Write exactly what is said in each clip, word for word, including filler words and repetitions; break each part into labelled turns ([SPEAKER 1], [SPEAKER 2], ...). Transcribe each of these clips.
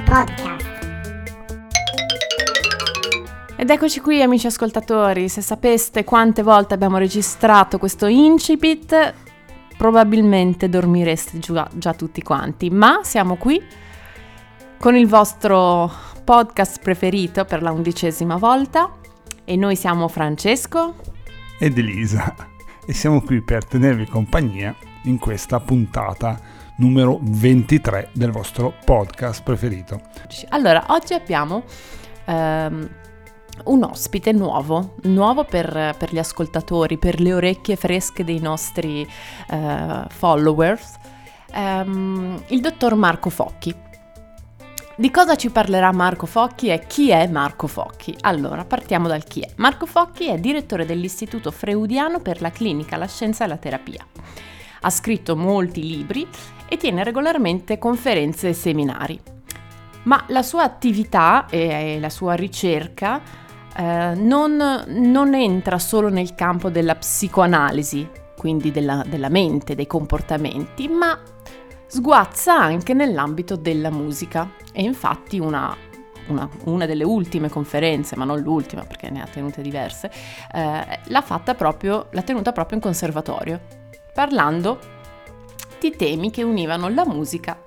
[SPEAKER 1] Podcast.
[SPEAKER 2] Ed eccoci qui, amici ascoltatori. Se sapeste quante volte abbiamo registrato questo incipit, probabilmente dormireste già, già tutti quanti, ma siamo qui con il vostro podcast preferito per la undicesima volta e noi siamo Francesco
[SPEAKER 3] ed Elisa e siamo qui per tenervi compagnia in questa puntata numero ventitré del vostro podcast preferito.
[SPEAKER 2] Allora, oggi abbiamo um, un ospite nuovo, nuovo per, per gli ascoltatori, per le orecchie fresche dei nostri uh, followers, um, il dottor Marco Focchi. Di cosa ci parlerà Marco Focchi e chi è Marco Focchi? Allora, partiamo dal chi è. Marco Focchi è direttore dell'Istituto Freudiano per la Clinica, la Scienza e la Terapia. Ha scritto molti libri e tiene regolarmente conferenze e seminari. Ma la sua attività e la sua ricerca eh, non, non entra solo nel campo della psicoanalisi, quindi della, della mente, dei comportamenti, ma sguazza anche nell'ambito della musica. E infatti una, una, una delle ultime conferenze, ma non l'ultima perché ne ha tenute diverse, eh, l'ha fatta proprio, l'ha tenuta proprio in conservatorio, parlando di temi che univano la musica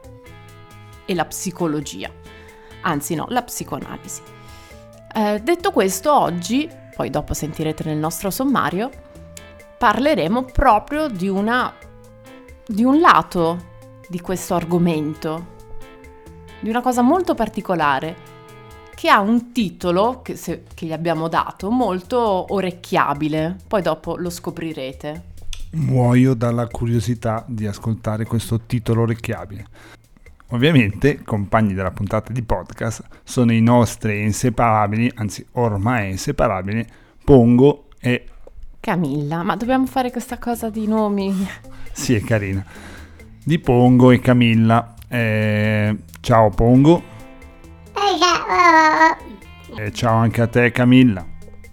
[SPEAKER 2] e la psicologia, anzi no, la psicoanalisi. Eh, detto questo, oggi, poi dopo sentirete nel nostro sommario, parleremo proprio di una di un lato di questo argomento, di una cosa molto particolare che ha un titolo che, se, che gli abbiamo dato molto orecchiabile, poi dopo lo scoprirete.
[SPEAKER 3] Muoio dalla curiosità di ascoltare questo titolo orecchiabile. Ovviamente, compagni della puntata di podcast, sono i nostri inseparabili, anzi ormai inseparabili, Pongo e
[SPEAKER 2] Camilla. Ma dobbiamo fare questa cosa di nomi?
[SPEAKER 3] Sì, è carina. Di Pongo e Camilla. Eh, ciao Pongo. E ciao anche a te Camilla.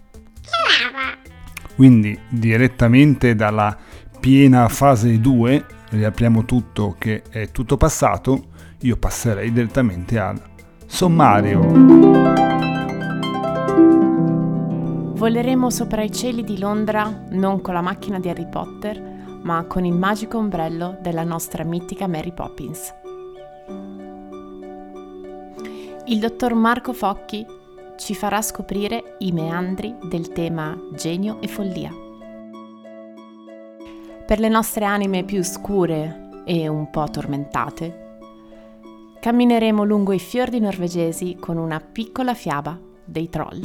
[SPEAKER 3] Quindi direttamente dalla piena fase due, riapriamo tutto che è tutto passato, io passerei direttamente al sommario.
[SPEAKER 2] Voleremo sopra i cieli di Londra non con la macchina di Harry Potter, ma con il magico ombrello della nostra mitica Mary Poppins. Il dottor Marco Focchi ci farà scoprire i meandri del tema genio e follia. Per le nostre anime più scure e un po' tormentate, cammineremo lungo i fiordi norvegesi con una piccola fiaba dei troll.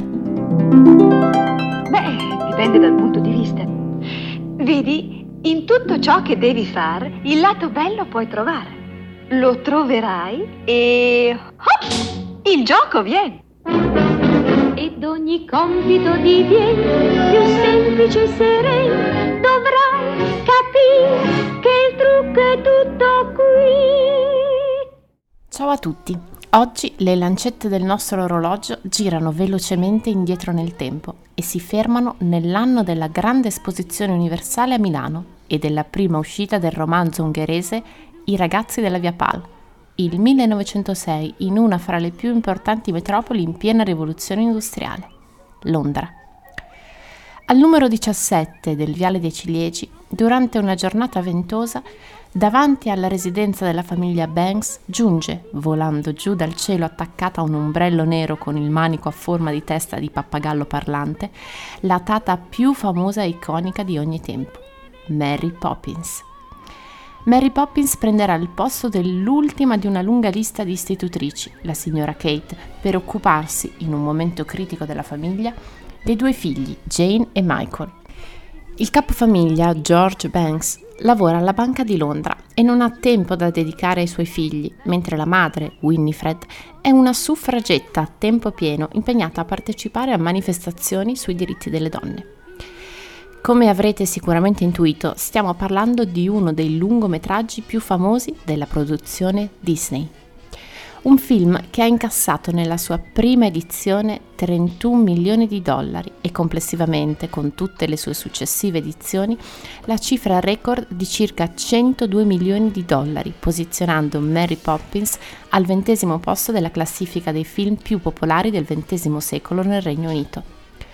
[SPEAKER 4] Beh, dipende dal punto di vista. Vedi, in tutto ciò che devi fare, il lato bello puoi trovare. Lo troverai e... hop! Il gioco viene!
[SPEAKER 5] Ed ogni compito diviene più semplice e sereno. Dovrai capire che il trucco è tutto qui.
[SPEAKER 2] Ciao a tutti. Oggi le lancette del nostro orologio girano velocemente indietro nel tempo e si fermano nell'anno della grande esposizione universale a Milano e della prima uscita del romanzo ungherese I ragazzi della Via Pal, il millenovecentosei, in una fra le più importanti metropoli in piena rivoluzione industriale, Londra. Al numero diciassette del Viale dei Ciliegi, durante una giornata ventosa, davanti alla residenza della famiglia Banks, giunge, volando giù dal cielo attaccata a un ombrello nero con il manico a forma di testa di pappagallo parlante, la tata più famosa e iconica di ogni tempo, Mary Poppins. Mary Poppins prenderà il posto dell'ultima di una lunga lista di istitutrici, la signora Kate, per occuparsi, in un momento critico della famiglia, dei due figli, Jane e Michael. Il capofamiglia, George Banks, lavora alla Banca di Londra e non ha tempo da dedicare ai suoi figli, mentre la madre, Winifred, è una suffragetta a tempo pieno impegnata a partecipare a manifestazioni sui diritti delle donne. Come avrete sicuramente intuito, stiamo parlando di uno dei lungometraggi più famosi della produzione Disney. Un film che ha incassato nella sua prima edizione trentuno milioni di dollari e complessivamente, con tutte le sue successive edizioni, la cifra record di circa centodue milioni di dollari, posizionando Mary Poppins al ventesimo posto della classifica dei film più popolari del ventesimo secolo nel Regno Unito.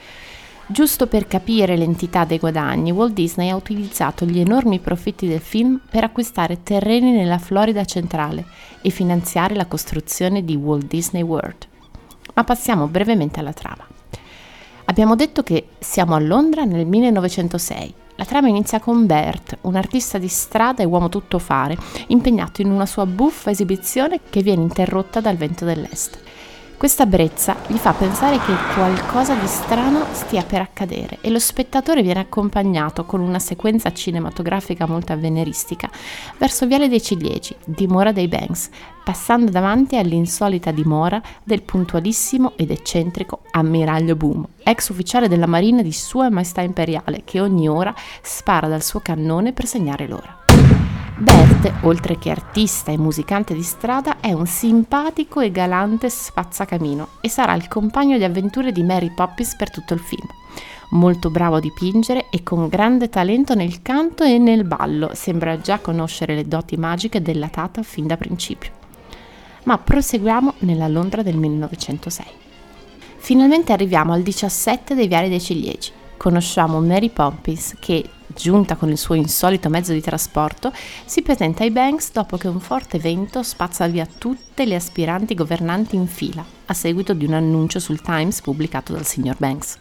[SPEAKER 2] Giusto per capire l'entità dei guadagni, Walt Disney ha utilizzato gli enormi profitti del film per acquistare terreni nella Florida centrale e finanziare la costruzione di Walt Disney World. Ma passiamo brevemente alla trama. Abbiamo detto che siamo a Londra nel millenovecentosei. La trama inizia con Bert, un artista di strada e uomo tuttofare, impegnato in una sua buffa esibizione che viene interrotta dal vento dell'est. Questa brezza gli fa pensare che qualcosa di strano stia per accadere e lo spettatore viene accompagnato con una sequenza cinematografica molto avveniristica verso Viale dei Ciliegi, dimora dei Banks, passando davanti all'insolita dimora del puntualissimo ed eccentrico ammiraglio Boom, ex ufficiale della Marina di Sua Maestà Imperiale, che ogni ora spara dal suo cannone per segnare l'ora. Bert, oltre che artista e musicante di strada, è un simpatico e galante spazzacamino e sarà il compagno di avventure di Mary Poppins per tutto il film. Molto bravo a dipingere e con grande talento nel canto e nel ballo, sembra già conoscere le doti magiche della Tata fin da principio. Ma proseguiamo nella Londra del millenovecentosei. Finalmente arriviamo al diciassette dei Viali dei Ciliegi. Conosciamo Mary Poppins che, giunta con il suo insolito mezzo di trasporto, si presenta ai Banks dopo che un forte vento spazza via tutte le aspiranti governanti in fila, a seguito di un annuncio sul Times pubblicato dal signor Banks.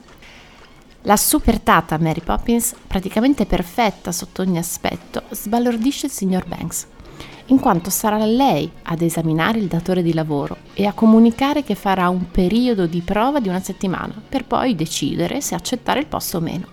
[SPEAKER 2] La supertata Mary Poppins, praticamente perfetta sotto ogni aspetto, sbalordisce il signor Banks, in quanto sarà lei ad esaminare il datore di lavoro e a comunicare che farà un periodo di prova di una settimana, per poi decidere se accettare il posto o meno.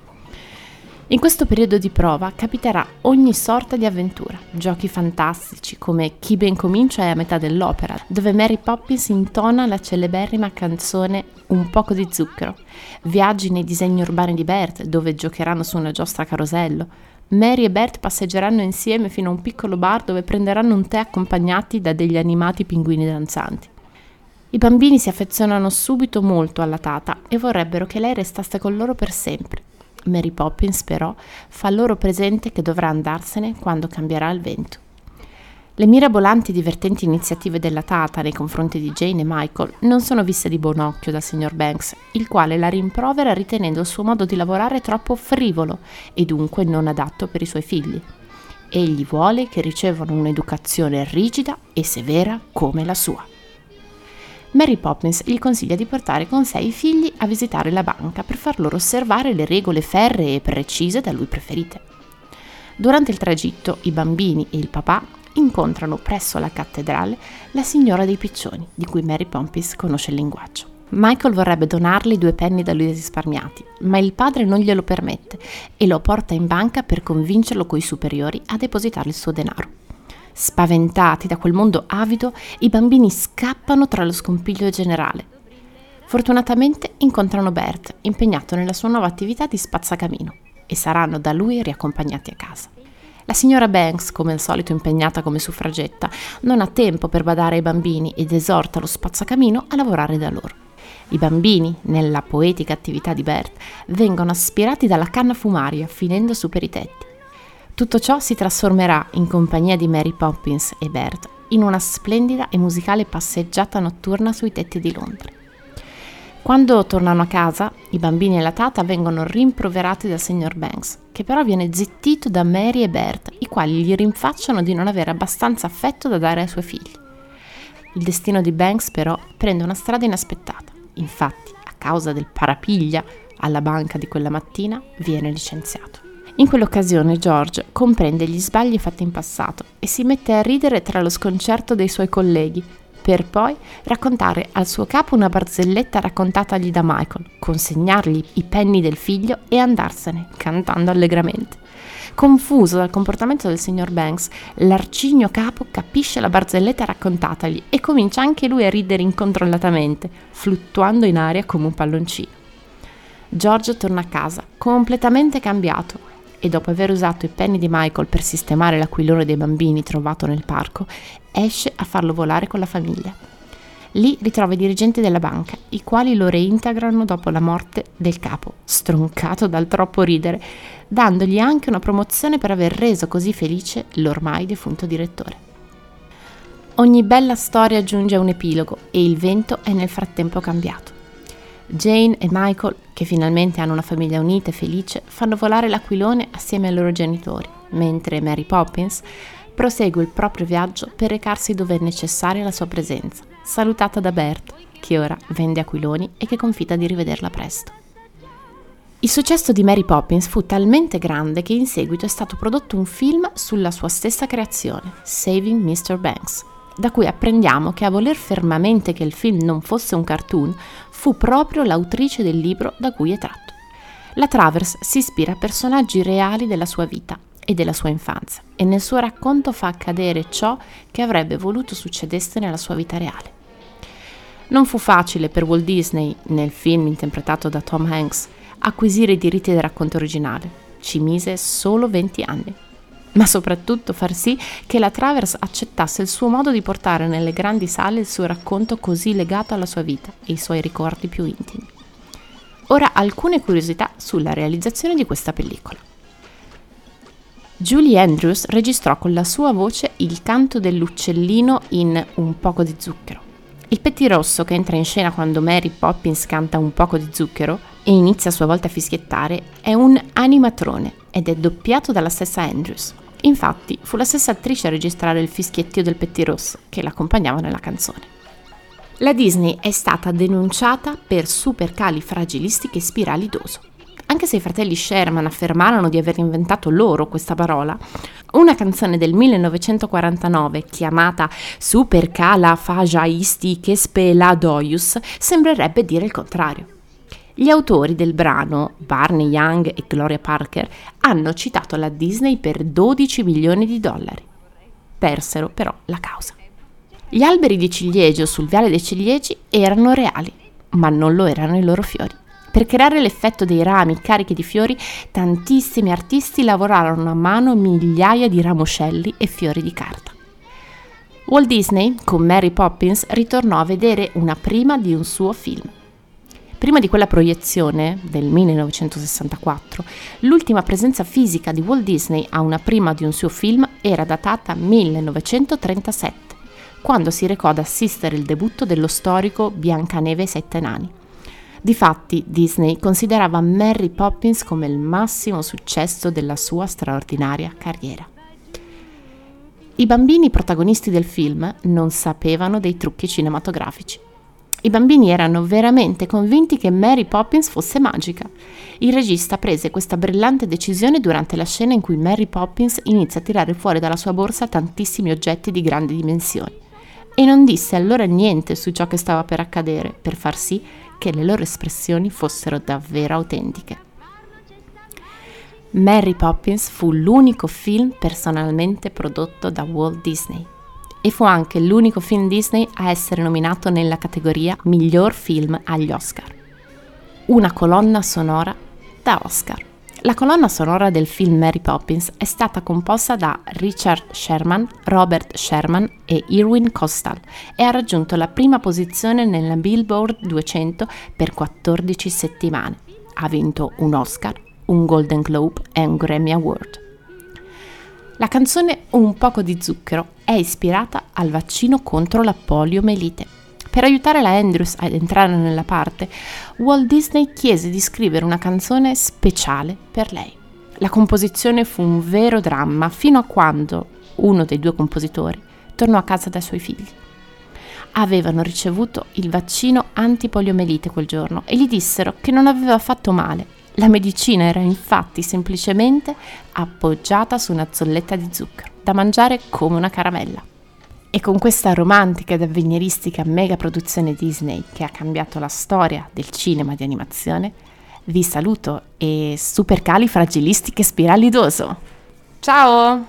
[SPEAKER 2] In questo periodo di prova capiterà ogni sorta di avventura, giochi fantastici come Chi ben comincia è a metà dell'opera, dove Mary Poppins intona la celeberrima canzone Un poco di zucchero, viaggi nei disegni urbani di Bert, dove giocheranno su una giostra a carosello. Mary e Bert passeggeranno insieme fino a un piccolo bar dove prenderanno un tè accompagnati da degli animati pinguini danzanti. I bambini si affezionano subito molto alla Tata e vorrebbero che lei restasse con loro per sempre. Mary Poppins, però, fa loro presente che dovrà andarsene quando cambierà il vento. Le mirabolanti e divertenti iniziative della Tata nei confronti di Jane e Michael non sono viste di buon occhio dal signor Banks, il quale la rimprovera ritenendo il suo modo di lavorare troppo frivolo e dunque non adatto per i suoi figli. Egli vuole che ricevano un'educazione rigida e severa come la sua. Mary Poppins gli consiglia di portare con sé i figli a visitare la banca per far loro osservare le regole ferree e precise da lui preferite. Durante il tragitto, i bambini e il papà incontrano presso la cattedrale la signora dei piccioni, di cui Mary Poppins conosce il linguaggio. Michael vorrebbe donarle due penny da lui risparmiati, ma il padre non glielo permette e lo porta in banca per convincerlo coi superiori a depositare il suo denaro. Spaventati da quel mondo avido, i bambini scappano tra lo scompiglio generale. Fortunatamente incontrano Bert, impegnato nella sua nuova attività di spazzacamino, e saranno da lui riaccompagnati a casa. La signora Banks, come al solito impegnata come suffragetta, non ha tempo per badare ai bambini ed esorta lo spazzacamino a lavorare da loro. I bambini, nella poetica attività di Bert, vengono aspirati dalla canna fumaria, finendo su per i tetti. Tutto ciò si trasformerà, in compagnia di Mary Poppins e Bert, in una splendida e musicale passeggiata notturna sui tetti di Londra. Quando tornano a casa, i bambini e la Tata vengono rimproverati dal signor Banks, che però viene zittito da Mary e Bert, i quali gli rinfacciano di non avere abbastanza affetto da dare ai suoi figli. Il destino di Banks però prende una strada inaspettata. Infatti, a causa del parapiglia alla banca di quella mattina, viene licenziato. In quell'occasione George comprende gli sbagli fatti in passato e si mette a ridere tra lo sconcerto dei suoi colleghi, per poi raccontare al suo capo una barzelletta raccontatagli da Michael, consegnargli i penny del figlio e andarsene, cantando allegramente. Confuso dal comportamento del signor Banks, l'arcigno capo capisce la barzelletta raccontatagli e comincia anche lui a ridere incontrollatamente, fluttuando in aria come un palloncino. George torna a casa, completamente cambiato, e dopo aver usato i penny di Michael per sistemare l'aquilone dei bambini trovato nel parco, esce a farlo volare con la famiglia. Lì ritrova i dirigenti della banca, i quali lo reintegrano dopo la morte del capo, stroncato dal troppo ridere, dandogli anche una promozione per aver reso così felice l'ormai defunto direttore. Ogni bella storia giunge a un epilogo e il vento è nel frattempo cambiato. Jane e Michael, che finalmente hanno una famiglia unita e felice, fanno volare l'aquilone assieme ai loro genitori, mentre Mary Poppins prosegue il proprio viaggio per recarsi dove è necessaria la sua presenza, salutata da Bert, che ora vende aquiloni e che confida di rivederla presto. Il successo di Mary Poppins fu talmente grande che in seguito è stato prodotto un film sulla sua stessa creazione, Saving mister Banks, da cui apprendiamo che a voler fermamente che il film non fosse un cartoon fu proprio l'autrice del libro da cui è tratto. La Travers si ispira a personaggi reali della sua vita e della sua infanzia e nel suo racconto fa accadere ciò che avrebbe voluto succedesse nella sua vita reale. Non fu facile per Walt Disney, nel film interpretato da Tom Hanks, acquisire i diritti del racconto originale. Ci mise solo venti anni. Ma soprattutto far sì che la Travers accettasse il suo modo di portare nelle grandi sale il suo racconto così legato alla sua vita e i suoi ricordi più intimi. Ora alcune curiosità sulla realizzazione di questa pellicola. Julie Andrews registrò con la sua voce il canto dell'uccellino in Un poco di zucchero. Il pettirosso che entra in scena quando Mary Poppins canta Un poco di zucchero e inizia a sua volta a fischiettare è un animatrone ed è doppiato dalla stessa Andrews. Infatti fu la stessa attrice a registrare il fischiettio del pettirosso che l'accompagnava nella canzone. La Disney è stata denunciata per supercalifragilistiche spiralidoso. Anche se i fratelli Sherman affermarono di aver inventato loro questa parola, una canzone del millenovecentoquarantanove chiamata Supercalifragilisticexpialidocious sembrerebbe dire il contrario. Gli autori del brano, Barney Young e Gloria Parker, hanno citato la Disney per dodici milioni di dollari. Persero però la causa. Gli alberi di ciliegio sul Viale dei Ciliegi erano reali, ma non lo erano i loro fiori. Per creare l'effetto dei rami carichi di fiori, tantissimi artisti lavorarono a mano migliaia di ramoscelli e fiori di carta. Walt Disney, con Mary Poppins, ritornò a vedere una prima di un suo film. Prima di quella proiezione, del millenovecentosessantaquattro, l'ultima presenza fisica di Walt Disney a una prima di un suo film era datata millenovecentotrentasette, quando si recò ad assistere il debutto dello storico Biancaneve e i Sette Nani. Difatti, Disney considerava Mary Poppins come il massimo successo della sua straordinaria carriera. I bambini protagonisti del film non sapevano dei trucchi cinematografici. I bambini erano veramente convinti che Mary Poppins fosse magica. Il regista prese questa brillante decisione durante la scena in cui Mary Poppins inizia a tirare fuori dalla sua borsa tantissimi oggetti di grandi dimensioni e non disse allora niente su ciò che stava per accadere per far sì che le loro espressioni fossero davvero autentiche. Mary Poppins fu l'unico film personalmente prodotto da Walt Disney e fu anche l'unico film Disney a essere nominato nella categoria Miglior film agli Oscar. Una colonna sonora da Oscar. La colonna sonora del film Mary Poppins è stata composta da Richard Sherman, Robert Sherman e Irwin Kostal e ha raggiunto la prima posizione nella Billboard duecento per quattordici settimane. Ha vinto un Oscar, un Golden Globe e un Grammy Award. La canzone Un poco di zucchero è ispirata al vaccino contro la poliomelite. Per aiutare la Andrews ad entrare nella parte, Walt Disney chiese di scrivere una canzone speciale per lei. La composizione fu un vero dramma fino a quando uno dei due compositori tornò a casa dai suoi figli. Avevano ricevuto il vaccino antipoliomelite quel giorno e gli dissero che non aveva fatto male. La medicina era infatti semplicemente appoggiata su una zolletta di zucchero, da mangiare come una caramella. E con questa romantica ed avveniristica mega produzione Disney che ha cambiato la storia del cinema di animazione, vi saluto e supercalifragilistichexpialidoso. Ciao!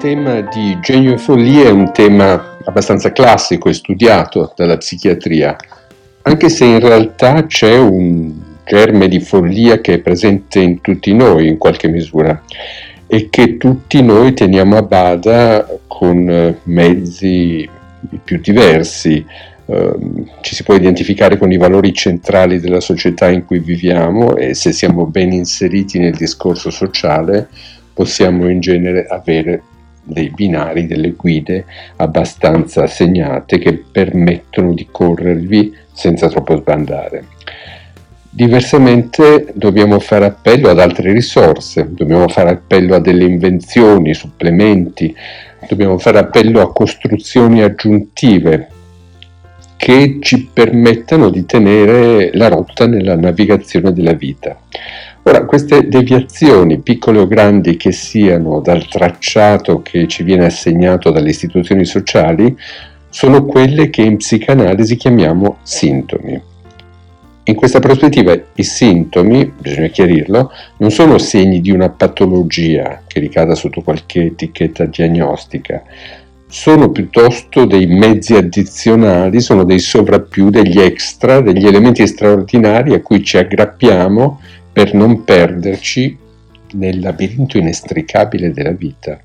[SPEAKER 1] tema di genio e follia è un tema abbastanza classico e studiato dalla psichiatria, anche se in realtà c'è un germe di follia che è presente in tutti noi in qualche misura e che tutti noi teniamo a bada con mezzi più diversi. Uh, ci si può identificare con i valori centrali della società in cui viviamo e se siamo ben inseriti nel discorso sociale possiamo in genere avere dei binari, delle guide abbastanza segnate che permettono di corrervi senza troppo sbandare. Diversamente dobbiamo fare appello ad altre risorse, dobbiamo fare appello a delle invenzioni, supplementi, dobbiamo fare appello a costruzioni aggiuntive che ci permettano di tenere la rotta nella navigazione della vita. Ora, queste deviazioni, piccole o grandi che siano, dal tracciato che ci viene assegnato dalle istituzioni sociali, sono quelle che in psicanalisi chiamiamo sintomi. In questa prospettiva i sintomi, bisogna chiarirlo, non sono segni di una patologia che ricada sotto qualche etichetta diagnostica, sono piuttosto dei mezzi addizionali, sono dei sovrappiù, degli extra, degli elementi straordinari a cui ci aggrappiamo per non perderci nel labirinto inestricabile della vita.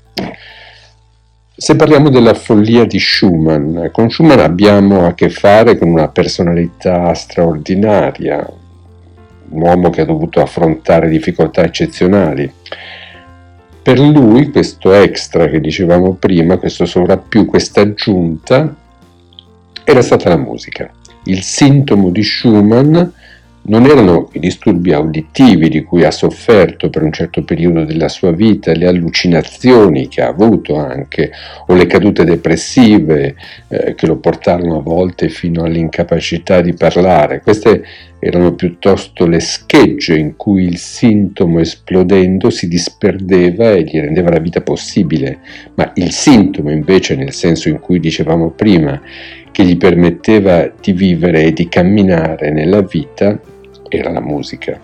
[SPEAKER 1] Se parliamo della follia di Schumann, con Schumann abbiamo a che fare con una personalità straordinaria, un uomo che ha dovuto affrontare difficoltà eccezionali. Per lui questo extra che dicevamo prima, questo sovrappiù, questa aggiunta, era stata la musica. Il sintomo di Schumann non erano i disturbi uditivi di cui ha sofferto per un certo periodo della sua vita, le allucinazioni che ha avuto anche, o le cadute depressive eh, che lo portarono a volte fino all'incapacità di parlare. Queste erano piuttosto le schegge in cui il sintomo esplodendo si disperdeva e gli rendeva la vita possibile, ma il sintomo invece, nel senso in cui dicevamo prima, che gli permetteva di vivere e di camminare nella vita, era la musica.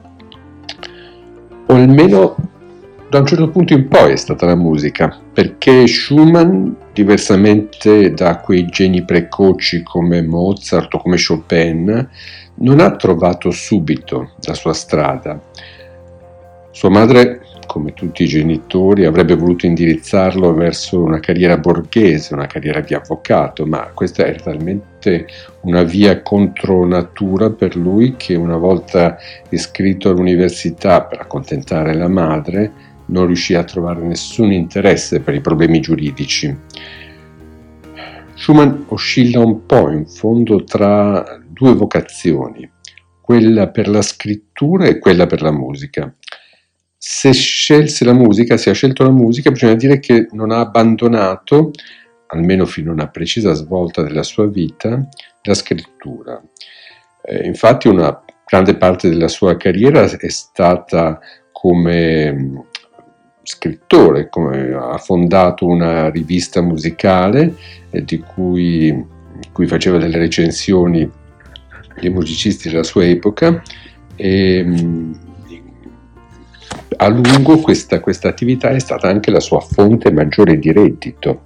[SPEAKER 1] O almeno da un certo punto in poi è stata la musica, perché Schumann, diversamente da quei geni precoci come Mozart o come Chopin, non ha trovato subito la sua strada. Sua madre, come tutti i genitori, avrebbe voluto indirizzarlo verso una carriera borghese, una carriera di avvocato, ma questa era talmente una via contro natura per lui che una volta iscritto all'università per accontentare la madre non riuscì a trovare nessun interesse per i problemi giuridici. Schumann oscilla un po' in fondo tra due vocazioni, quella per la scrittura e quella per la musica. Se scelse la musica, se ha scelto la musica, bisogna dire che non ha abbandonato, almeno fino a una precisa svolta della sua vita, la scrittura. Eh, infatti una grande parte della sua carriera è stata come scrittore, come ha fondato una rivista musicale eh, di cui, di cui faceva delle recensioni dei musicisti della sua epoca e a lungo questa, questa attività è stata anche la sua fonte maggiore di reddito.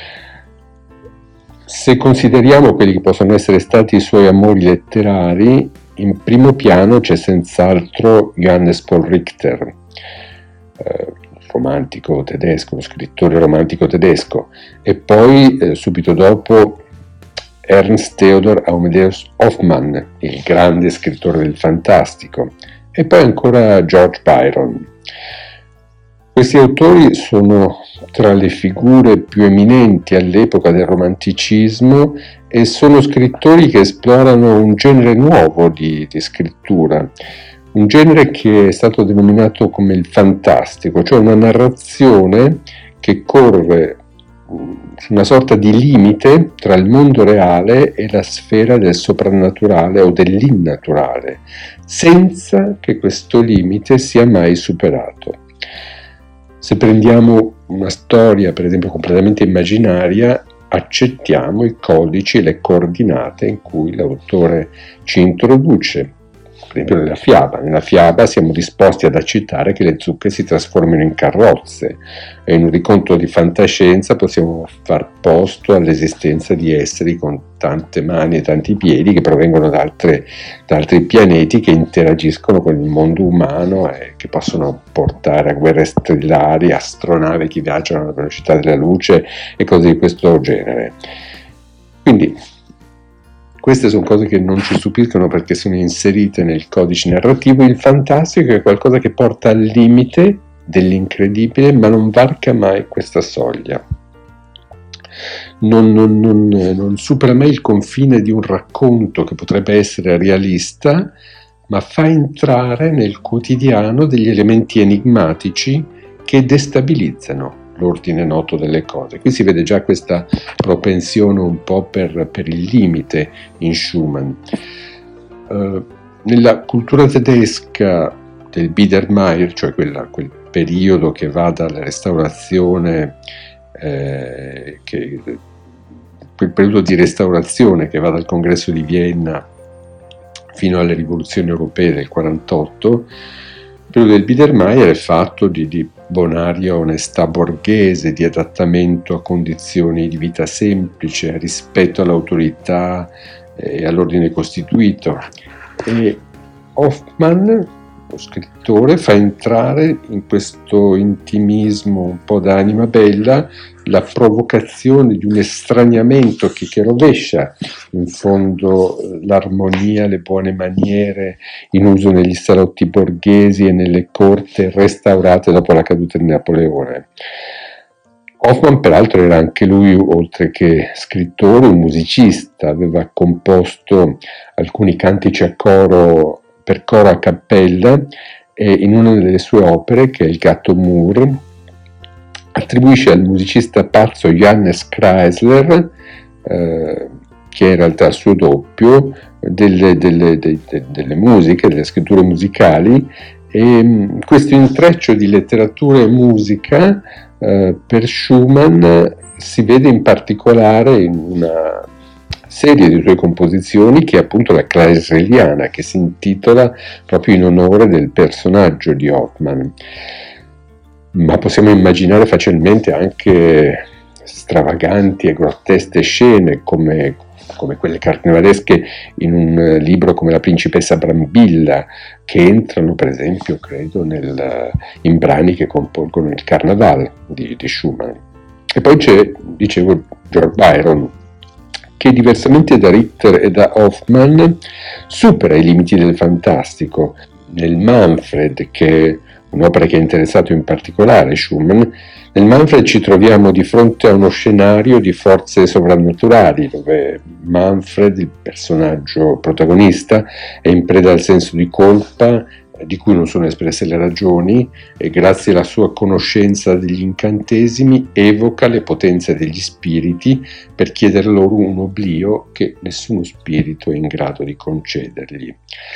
[SPEAKER 1] Se consideriamo quelli che possono essere stati i suoi amori letterari, in primo piano c'è senz'altro Johannes Paul Richter, eh, romantico tedesco, uno scrittore romantico tedesco, e poi eh, subito dopo Ernst Theodor Amadeus Hoffmann, il grande scrittore del fantastico, e poi ancora George Byron. Questi autori sono tra le figure più eminenti all'epoca del romanticismo e sono scrittori che esplorano un genere nuovo di, di scrittura, un genere che è stato denominato come il fantastico, cioè una narrazione che corre su una sorta di limite tra il mondo reale e la sfera del soprannaturale o dell'innaturale, senza che questo limite sia mai superato. Se prendiamo una storia, per esempio, completamente immaginaria, accettiamo i codici e le coordinate in cui l'autore ci introduce. per esempio nella fiaba. Nella fiaba siamo disposti ad accettare che le zucche si trasformino in carrozze, e in un riconto di fantascienza possiamo far posto all'esistenza di esseri con tante mani e tanti piedi che provengono da, altre, da altri pianeti, che interagiscono con il mondo umano e che possono portare a guerre stellari, astronavi che viaggiano alla velocità della luce e cose di questo genere. Quindi queste sono cose che non ci stupiscono perché sono inserite nel codice narrativo. Il fantastico è qualcosa che porta al limite dell'incredibile, ma non varca mai questa soglia. Non, non, non, non supera mai il confine di un racconto che potrebbe essere realista, ma fa entrare nel quotidiano degli elementi enigmatici che destabilizzano l'ordine noto delle cose. Qui si vede già questa propensione un po' per, per il limite in Schumann. Uh, nella cultura tedesca del Biedermeier, cioè quella, quel periodo che va dalla restaurazione, eh, che, quel periodo di restaurazione che va dal congresso di Vienna fino alle rivoluzioni europee del quarantotto, il periodo del Biedermeier è fatto di, di bonaria onestà borghese, di adattamento a condizioni di vita semplice, rispetto all'autorità e all'ordine costituito. E Hoffmann, lo scrittore, fa entrare in questo intimismo un po' d'anima bella la provocazione di un estraniamento che, che rovescia in fondo l'armonia, le buone maniere in uso negli salotti borghesi e nelle corte restaurate dopo la caduta di Napoleone. Hoffmann peraltro era anche lui, oltre che scrittore, un musicista, aveva composto alcuni cantici a coro per coro a cappella, e in una delle sue opere, che è il Gatto Mur, attribuisce al musicista pazzo Johannes Kreisler, eh, che in realtà il suo doppio, delle, delle, delle, delle musiche, delle scritture musicali, e questo intreccio di letteratura e musica eh, per Schumann si vede in particolare in una serie di sue composizioni, che è appunto la Kreisleriana, che si intitola proprio in onore del personaggio di Hoffmann. Ma possiamo immaginare facilmente anche stravaganti e grottesche scene come, come quelle carnevalesche in un libro come La principessa Brambilla, che entrano per esempio, credo, nel, in brani che compongono il Carnaval di, di Schumann. E poi c'è, dicevo, George Byron, che diversamente da Ritter e da Hoffmann supera i limiti del fantastico. Nel Manfred, che è un'opera che ha interessato in particolare Schumann, nel Manfred ci troviamo di fronte a uno scenario di forze sovrannaturali, dove Manfred, il personaggio protagonista, è in preda al senso di colpa, di cui non sono espresse le ragioni, e grazie alla sua conoscenza degli incantesimi evoca le potenze degli spiriti per chiedere loro un oblio che nessuno spirito è in grado di concedergli.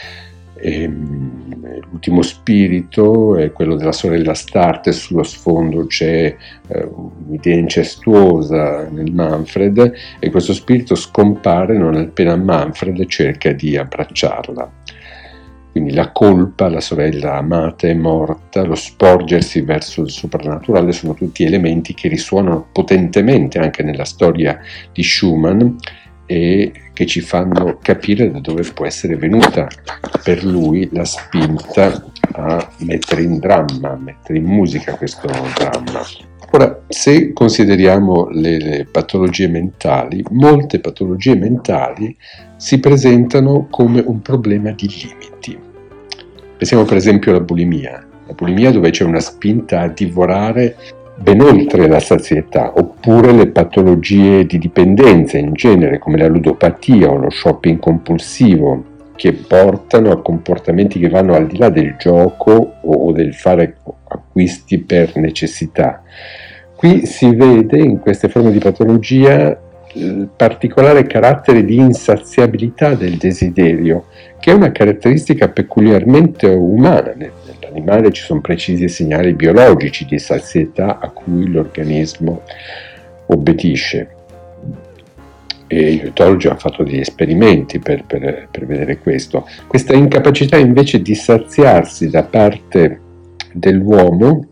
[SPEAKER 1] E, l'ultimo spirito è quello della sorella Astarte. Sullo sfondo c'è eh, un'idea incestuosa nel Manfred, e questo spirito scompare non appena Manfred cerca di abbracciarla. Quindi la colpa, la sorella amata è morta, lo sporgersi verso il soprannaturale sono tutti elementi che risuonano potentemente anche nella storia di Schumann e che ci fanno capire da dove può essere venuta per lui la spinta a mettere in dramma, a mettere in musica questo dramma. Ora, se consideriamo le, le patologie mentali, molte patologie mentali si presentano come un problema di limiti. Pensiamo per esempio alla bulimia, la bulimia dove c'è una spinta a divorare ben oltre la sazietà, oppure le patologie di dipendenza in genere, come la ludopatia o lo shopping compulsivo, che portano a comportamenti che vanno al di là del gioco o del fare acquisti per necessità. Qui si vede in queste forme di patologia il particolare carattere di insaziabilità del desiderio, che è una caratteristica peculiarmente umana. Nell'animale ci sono precisi segnali biologici di sazietà a cui l'organismo obbedisce. e gli etologi hanno fatto degli esperimenti per, per, per vedere questo. Questa incapacità invece di saziarsi da parte dell'uomo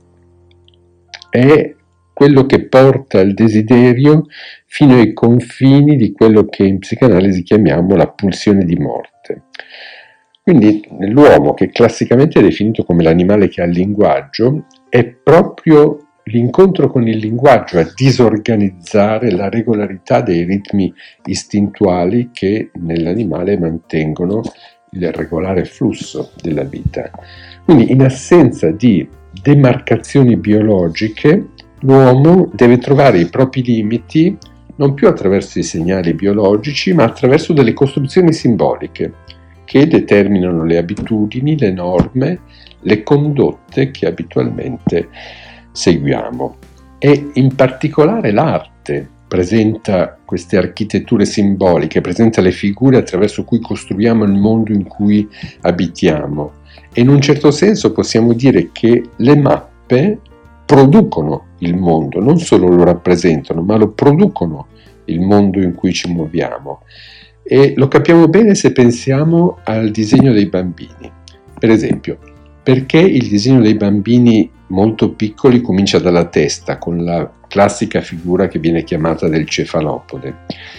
[SPEAKER 1] è quello che porta il desiderio fino ai confini di quello che in psicanalisi chiamiamo la pulsione di morte. Quindi l'uomo, che classicamente è definito come l'animale che ha il linguaggio, è proprio l'incontro con il linguaggio a disorganizzare la regolarità dei ritmi istintuali che nell'animale mantengono il regolare flusso della vita. Quindi in assenza di demarcazioni biologiche, l'uomo deve trovare i propri limiti non più attraverso i segnali biologici, ma attraverso delle costruzioni simboliche che determinano le abitudini, le norme, le condotte che abitualmente seguiamo. E in particolare l'arte presenta queste architetture simboliche, presenta le figure attraverso cui costruiamo il mondo in cui abitiamo. E in un certo senso possiamo dire che le mappe producono il mondo, non solo lo rappresentano, ma lo producono il mondo in cui ci muoviamo. E lo capiamo bene se pensiamo al disegno dei bambini. Per esempio, perché il disegno dei bambini molto piccoli comincia dalla testa, con la classica figura che viene chiamata del cefalopode?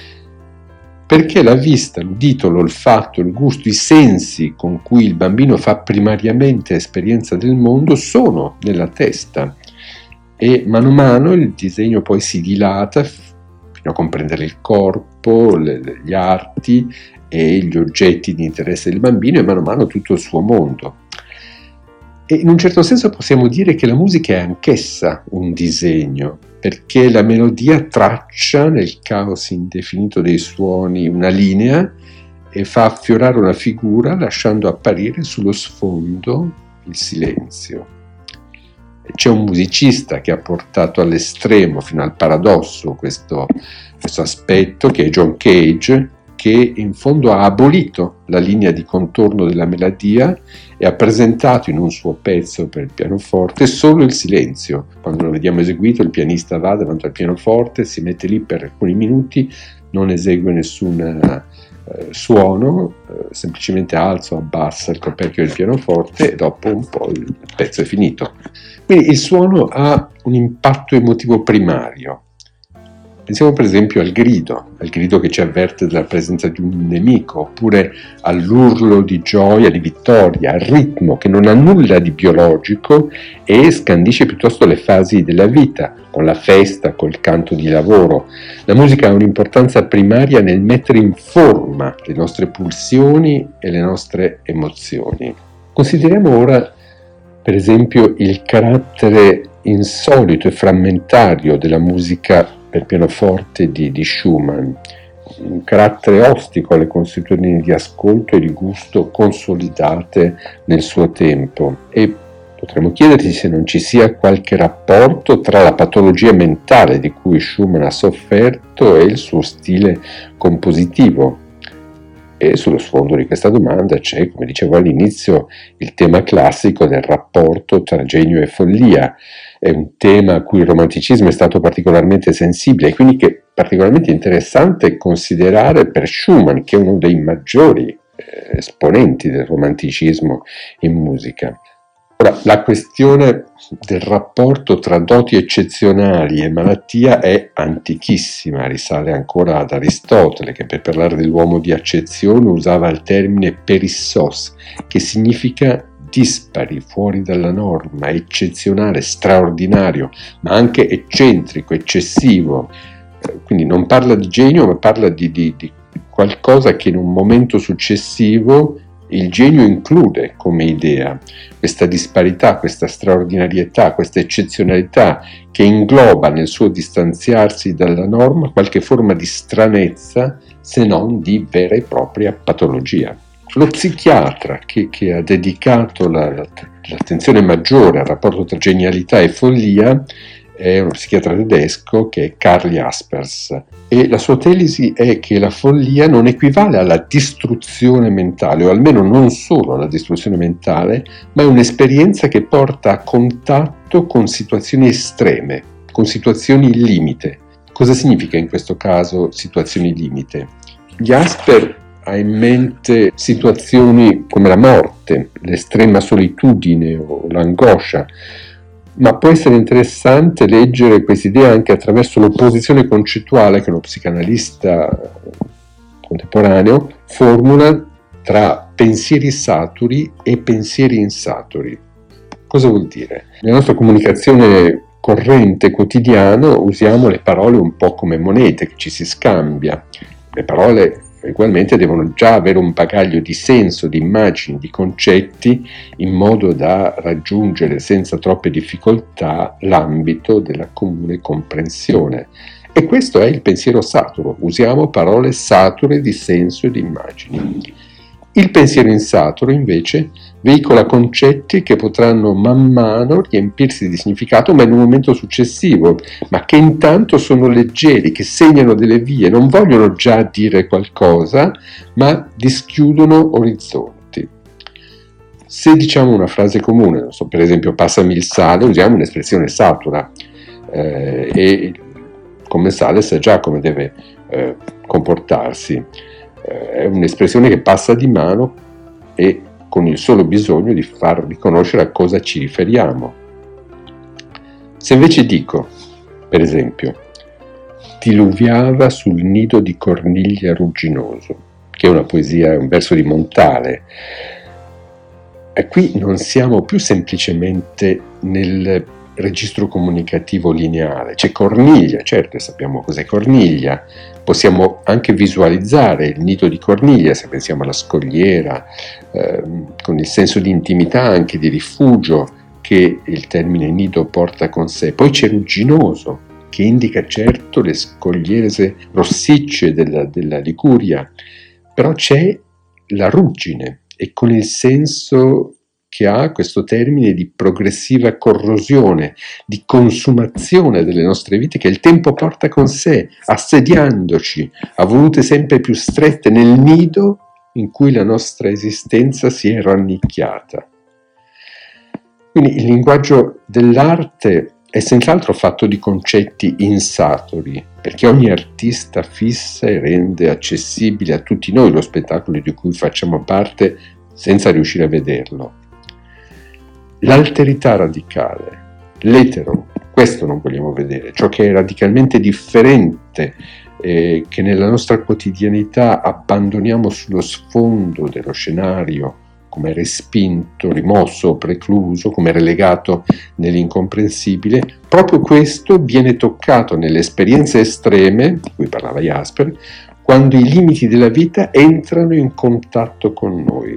[SPEAKER 1] Perché la vista, l'udito, l'olfatto, il gusto, i sensi con cui il bambino fa primariamente esperienza del mondo sono nella testa, e mano a mano il disegno poi si dilata fino a comprendere il corpo, le, gli arti e gli oggetti di interesse del bambino, e mano a mano tutto il suo mondo. E in un certo senso possiamo dire che la musica è anch'essa un disegno, perché la melodia traccia nel caos indefinito dei suoni una linea e fa affiorare una figura, lasciando apparire sullo sfondo il silenzio. C'è un musicista che ha portato all'estremo, fino al paradosso, questo, questo aspetto, che è John Cage, che in fondo ha abolito la linea di contorno della melodia e ha presentato in un suo pezzo per il pianoforte solo il silenzio. Quando lo vediamo eseguito, il pianista va davanti al pianoforte, si mette lì per alcuni minuti, non esegue nessun eh, suono, eh, semplicemente alza o abbassa il coperchio del pianoforte e dopo un po' il pezzo è finito. Quindi il suono ha un impatto emotivo primario. Pensiamo per esempio al grido, al grido che ci avverte della presenza di un nemico, oppure all'urlo di gioia, di vittoria, al ritmo che non ha nulla di biologico e scandisce piuttosto le fasi della vita, con la festa, col canto di lavoro. La musica ha un'importanza primaria nel mettere in forma le nostre pulsioni e le nostre emozioni. Consideriamo ora per esempio il carattere insolito e frammentario della musica per pianoforte di, di Schumann, un carattere ostico alle consuetudini di ascolto e di gusto consolidate nel suo tempo. E potremmo chiederci se non ci sia qualche rapporto tra la patologia mentale di cui Schumann ha sofferto e il suo stile compositivo. E sullo sfondo di questa domanda c'è, come dicevo all'inizio, il tema classico del rapporto tra genio e follia. È un tema a cui il romanticismo è stato particolarmente sensibile e quindi che è particolarmente interessante considerare per Schumann, che è uno dei maggiori eh, esponenti del romanticismo in musica. Ora, la questione del rapporto tra doti eccezionali e malattia è antichissima, risale ancora ad Aristotele, che per parlare dell'uomo di accezione usava il termine perissos, che significa dispari, fuori dalla norma, eccezionale, straordinario, ma anche eccentrico, eccessivo. Quindi non parla di genio, ma parla di, di, di qualcosa che in un momento successivo il genio include come idea. Questa disparità, questa straordinarietà, questa eccezionalità che ingloba nel suo distanziarsi dalla norma qualche forma di stranezza, se non di vera e propria patologia. Lo psichiatra che, che ha dedicato la, la, l'attenzione maggiore al rapporto tra genialità e follia è uno psichiatra tedesco che è Karl Jaspers, e la sua tesi è che la follia non equivale alla distruzione mentale, o almeno non solo alla distruzione mentale, ma è un'esperienza che porta a contatto con situazioni estreme, con situazioni limite, Cosa significa in questo caso situazioni limite? Jasper ha in mente situazioni come la morte, l'estrema solitudine o l'angoscia, ma può essere interessante leggere questa idea anche attraverso l'opposizione concettuale che uno psicanalista contemporaneo formula tra pensieri saturi e pensieri insaturi. Cosa vuol dire? Nella nostra comunicazione corrente quotidiana usiamo le parole un po' come monete che ci si scambia. Le parole ugualmente devono già avere un bagaglio di senso, di immagini, di concetti, in modo da raggiungere senza troppe difficoltà l'ambito della comune comprensione. E questo è il pensiero saturo, usiamo parole sature di senso e di immagini. Il pensiero insaturo invece veicola concetti che potranno man mano riempirsi di significato, ma in un momento successivo, ma che intanto sono leggeri, che segnano delle vie, non vogliono già dire qualcosa, ma dischiudono orizzonti. Se diciamo una frase comune, non so, per esempio passami il sale, usiamo un'espressione satura eh, e il commensale sa già come deve eh, comportarsi. Eh, è un'espressione che passa di mano e con il solo bisogno di far riconoscere a cosa ci riferiamo. Se invece dico, per esempio, diluviava sul nido di corniglia rugginoso, che è una poesia, è un verso di Montale, e qui non siamo più semplicemente nel registro comunicativo lineare. C'è corniglia, certo, sappiamo cos'è corniglia, possiamo anche visualizzare il nido di corniglia se pensiamo alla scogliera, eh, con il senso di intimità, anche di rifugio che il termine nido porta con sé. Poi c'è rugginoso, che indica certo le scogliere rossicce della, della Liguria, però c'è la ruggine, e con il senso che ha questo termine di progressiva corrosione, di consumazione delle nostre vite che il tempo porta con sé, assediandoci a volute sempre più strette nel nido in cui la nostra esistenza si è rannicchiata. Quindi il linguaggio dell'arte è senz'altro fatto di concetti insaturi, perché ogni artista fissa e rende accessibile a tutti noi lo spettacolo di cui facciamo parte senza riuscire a vederlo. L'alterità radicale, l'etero, questo non vogliamo vedere, ciò che è radicalmente differente, eh, che nella nostra quotidianità abbandoniamo sullo sfondo dello scenario come respinto, rimosso, precluso, come relegato nell'incomprensibile, proprio questo viene toccato nelle esperienze estreme, di cui parlava Jasper, quando i limiti della vita entrano in contatto con noi.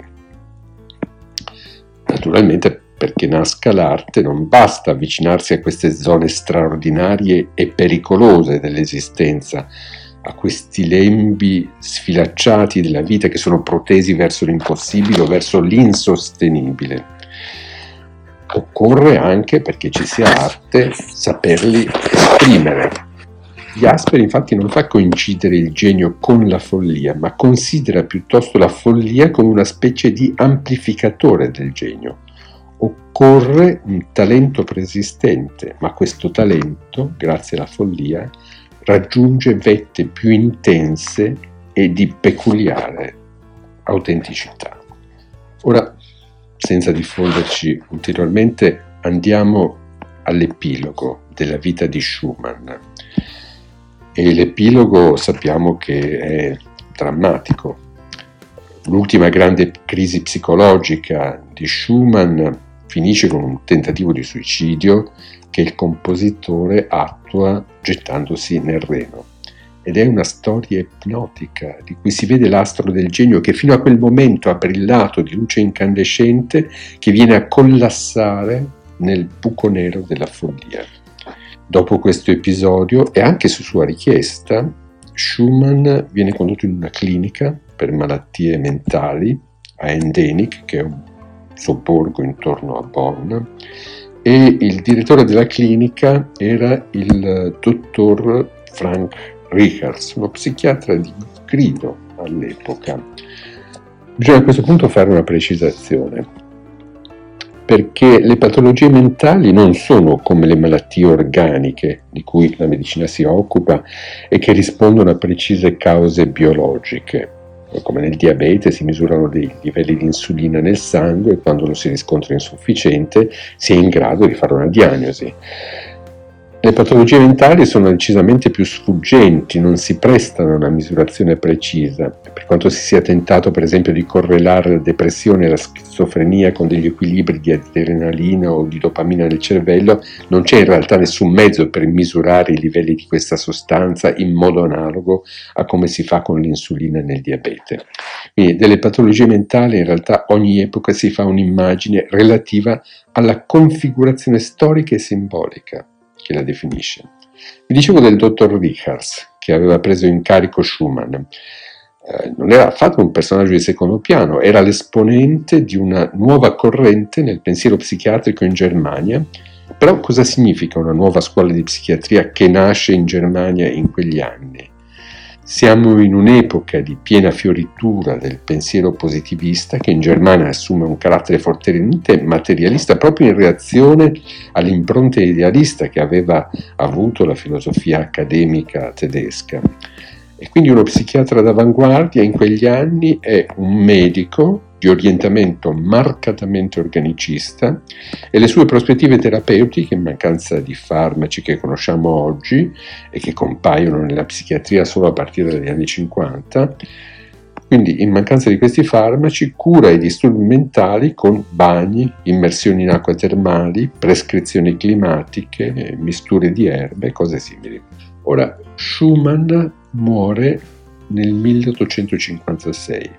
[SPEAKER 1] Naturalmente, perché nasca l'arte non basta avvicinarsi a queste zone straordinarie e pericolose dell'esistenza, a questi lembi sfilacciati della vita che sono protesi verso l'impossibile o verso l'insostenibile. Occorre anche, perché ci sia arte, saperli esprimere. Jasper infatti non fa coincidere il genio con la follia, ma considera piuttosto la follia come una specie di amplificatore del genio. Occorre un talento preesistente, ma questo talento, grazie alla follia, raggiunge vette più intense e di peculiare autenticità. Ora, senza diffonderci ulteriormente, andiamo all'epilogo della vita di Schumann. E l'epilogo sappiamo che è drammatico. L'ultima grande crisi psicologica di Schumann finisce con un tentativo di suicidio che il compositore attua gettandosi nel Reno. Ed è una storia ipnotica di cui si vede l'astro del genio che fino a quel momento ha brillato di luce incandescente, che viene a collassare nel buco nero della follia. Dopo questo episodio, e anche su sua richiesta, Schumann viene condotto in una clinica per malattie mentali a Endenich, che è un sobborgo intorno a Bonn, e il direttore della clinica era il dottor Frank Richards, uno psichiatra di grido all'epoca. Bisogna a questo punto fare una precisazione. perché le patologie mentali non sono come le malattie organiche di cui la medicina si occupa e che rispondono a precise cause biologiche. Come nel diabete si misurano dei livelli di insulina nel sangue e quando lo si riscontra insufficiente si è in grado di fare una diagnosi. Le patologie mentali sono decisamente più sfuggenti, non si prestano a una misurazione precisa. Per quanto si sia tentato per esempio di correlare la depressione e la schizofrenia con degli equilibri di adrenalina o di dopamina nel cervello, non c'è in realtà nessun mezzo per misurare i livelli di questa sostanza in modo analogo a come si fa con l'insulina nel diabete. Quindi delle patologie mentali in realtà ogni epoca si fa un'immagine relativa alla configurazione storica e simbolica che la definisce. Vi dicevo del dottor Richards, che aveva preso in carico Schumann. Eh, non era affatto un personaggio di secondo piano, era l'esponente di una nuova corrente nel pensiero psichiatrico in Germania. Però cosa significa una nuova scuola di psichiatria che nasce in Germania in quegli anni? Siamo in un'epoca di piena fioritura del pensiero positivista che in Germania assume un carattere fortemente materialista proprio in reazione all'impronta idealista che aveva avuto la filosofia accademica tedesca. E quindi uno psichiatra d'avanguardia in quegli anni è un medico di orientamento marcatamente organicista e le sue prospettive terapeutiche, in mancanza di farmaci che conosciamo oggi e che compaiono nella psichiatria solo a partire dagli anni cinquanta, quindi in mancanza di questi farmaci cura i disturbi mentali con bagni, immersioni in acque termali, prescrizioni climatiche, misture di erbe e cose simili. Ora, Schumann muore nel milleottocentocinquantasei.